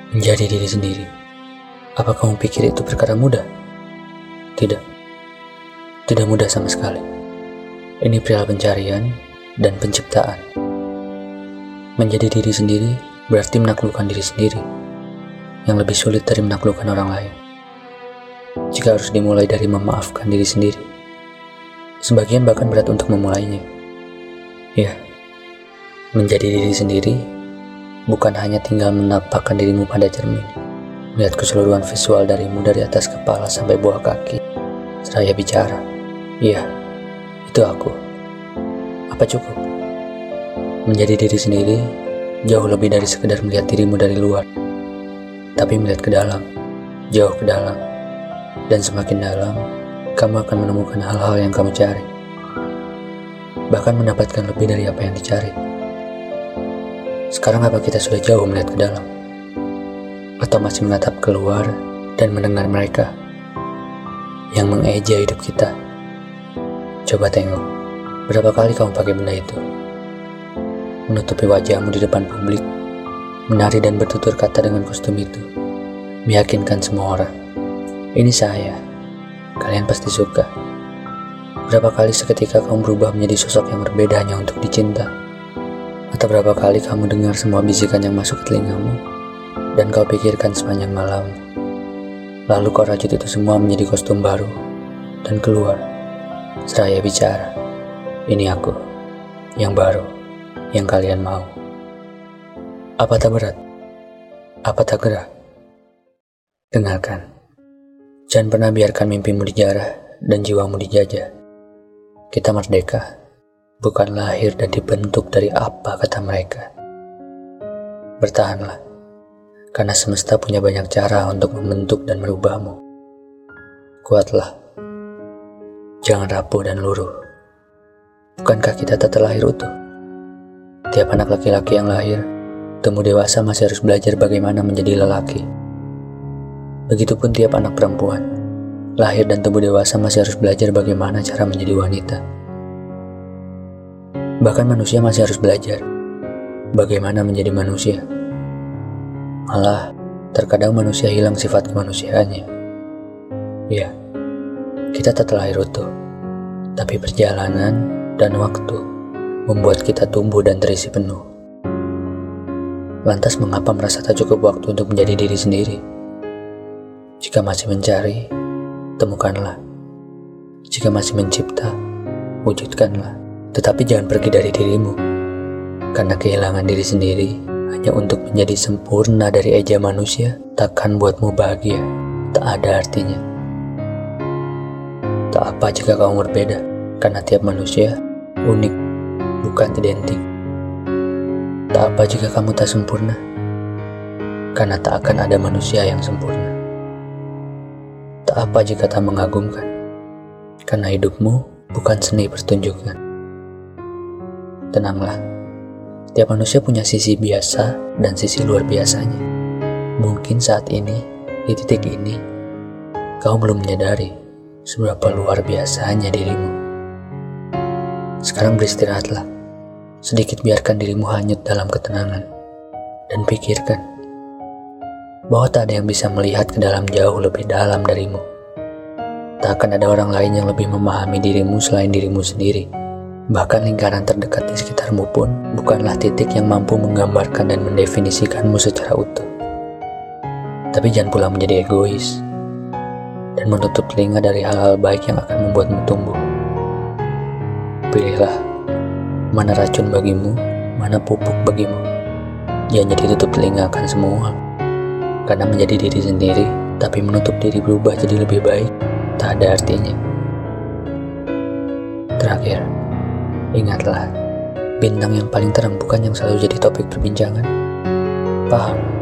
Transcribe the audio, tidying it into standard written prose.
Menjadi diri sendiri. Apa kamu pikir itu perkara mudah? Tidak. Tidak mudah sama sekali. Ini perihal pencarian dan penciptaan. Menjadi diri sendiri berarti menaklukkan diri sendiri, yang lebih sulit dari menaklukkan orang lain. Jika harus dimulai dari memaafkan diri sendiri, sebagian bahkan berat untuk memulainya. Ya, menjadi diri sendiri bukan hanya tinggal menampakkan dirimu pada cermin, melihat keseluruhan visual darimu dari atas kepala sampai bawah kaki, seraya bicara, iya, itu aku. Apa cukup? Menjadi diri sendiri jauh lebih dari sekedar melihat dirimu dari luar, tapi melihat ke dalam, jauh ke dalam, dan semakin dalam, kamu akan menemukan hal-hal yang kamu cari, bahkan mendapatkan lebih dari apa yang dicari. Sekarang apa kita sudah jauh melihat ke dalam? Atau masih menatap keluar dan mendengar mereka yang mengeja hidup kita? Coba tengok, berapa kali kamu pakai benda itu? Menutupi wajahmu di depan publik, menari dan bertutur kata dengan kostum itu, meyakinkan semua orang, ini saya, kalian pasti suka. Berapa kali seketika kamu berubah menjadi sosok yang berbeda hanya untuk dicinta? Atau berapa kali kamu dengar semua bisikan yang masuk ke telingamu dan kau pikirkan sepanjang malam, lalu kau rajut itu semua menjadi kostum baru dan keluar, seraya bicara, ini aku, yang baru, yang kalian mau. Apa tak berat? Apa tak gerah? Dengarkan, jangan pernah biarkan mimpimu dijarah dan jiwamu dijajah. Kita merdeka, bukan lahir dan dibentuk dari apa kata mereka. Bertahanlah, karena semesta punya banyak cara untuk membentuk dan merubahmu. Kuatlah, jangan rapuh dan luruh. Bukankah kita tak terlahir utuh? Tiap anak laki-laki yang lahir, tumbuh dewasa masih harus belajar bagaimana menjadi lelaki. Begitupun tiap anak perempuan, lahir dan tumbuh dewasa masih harus belajar bagaimana cara menjadi wanita. Bahkan manusia masih harus belajar bagaimana menjadi manusia. Malah, terkadang manusia hilang sifat kemanusiaannya. Ya, kita tak terlahir utuh, tapi perjalanan dan waktu membuat kita tumbuh dan terisi penuh. Lantas mengapa merasa tak cukup waktu untuk menjadi diri sendiri? Jika masih mencari, temukanlah. Jika masih mencipta, wujudkanlah. Tetapi jangan pergi dari dirimu, karena kehilangan diri sendiri hanya untuk menjadi sempurna dari eja manusia takkan buatmu bahagia, tak ada artinya. Tak apa jika kamu berbeda, karena tiap manusia unik, bukan identik. Tak apa jika kamu tak sempurna, karena tak akan ada manusia yang sempurna. Tak apa jika tak mengagumkan, karena hidupmu bukan seni pertunjukan. Tenanglah, tiap manusia punya sisi biasa dan sisi luar biasanya. Mungkin saat ini, di titik ini, kau belum menyadari seberapa luar biasanya dirimu. Sekarang beristirahatlah, sedikit biarkan dirimu hanyut dalam ketenangan, dan pikirkan bahwa tak ada yang bisa melihat ke dalam jauh lebih dalam darimu. Tak akan ada orang lain yang lebih memahami dirimu selain dirimu sendiri. Bahkan lingkaran terdekat di sekitarmu pun bukanlah titik yang mampu menggambarkan dan mendefinisikanmu secara utuh. Tapi jangan pula menjadi egois dan menutup telinga dari hal-hal baik yang akan membuatmu tumbuh. Pilihlah mana racun bagimu, mana pupuk bagimu. Jangan jadi tutup telinga akan semua. Karena menjadi diri sendiri, tapi menutup diri berubah jadi lebih baik, tak ada artinya. Terakhir, ingatlah, bintang yang paling terang bukan yang selalu jadi topik perbincangan. Paham?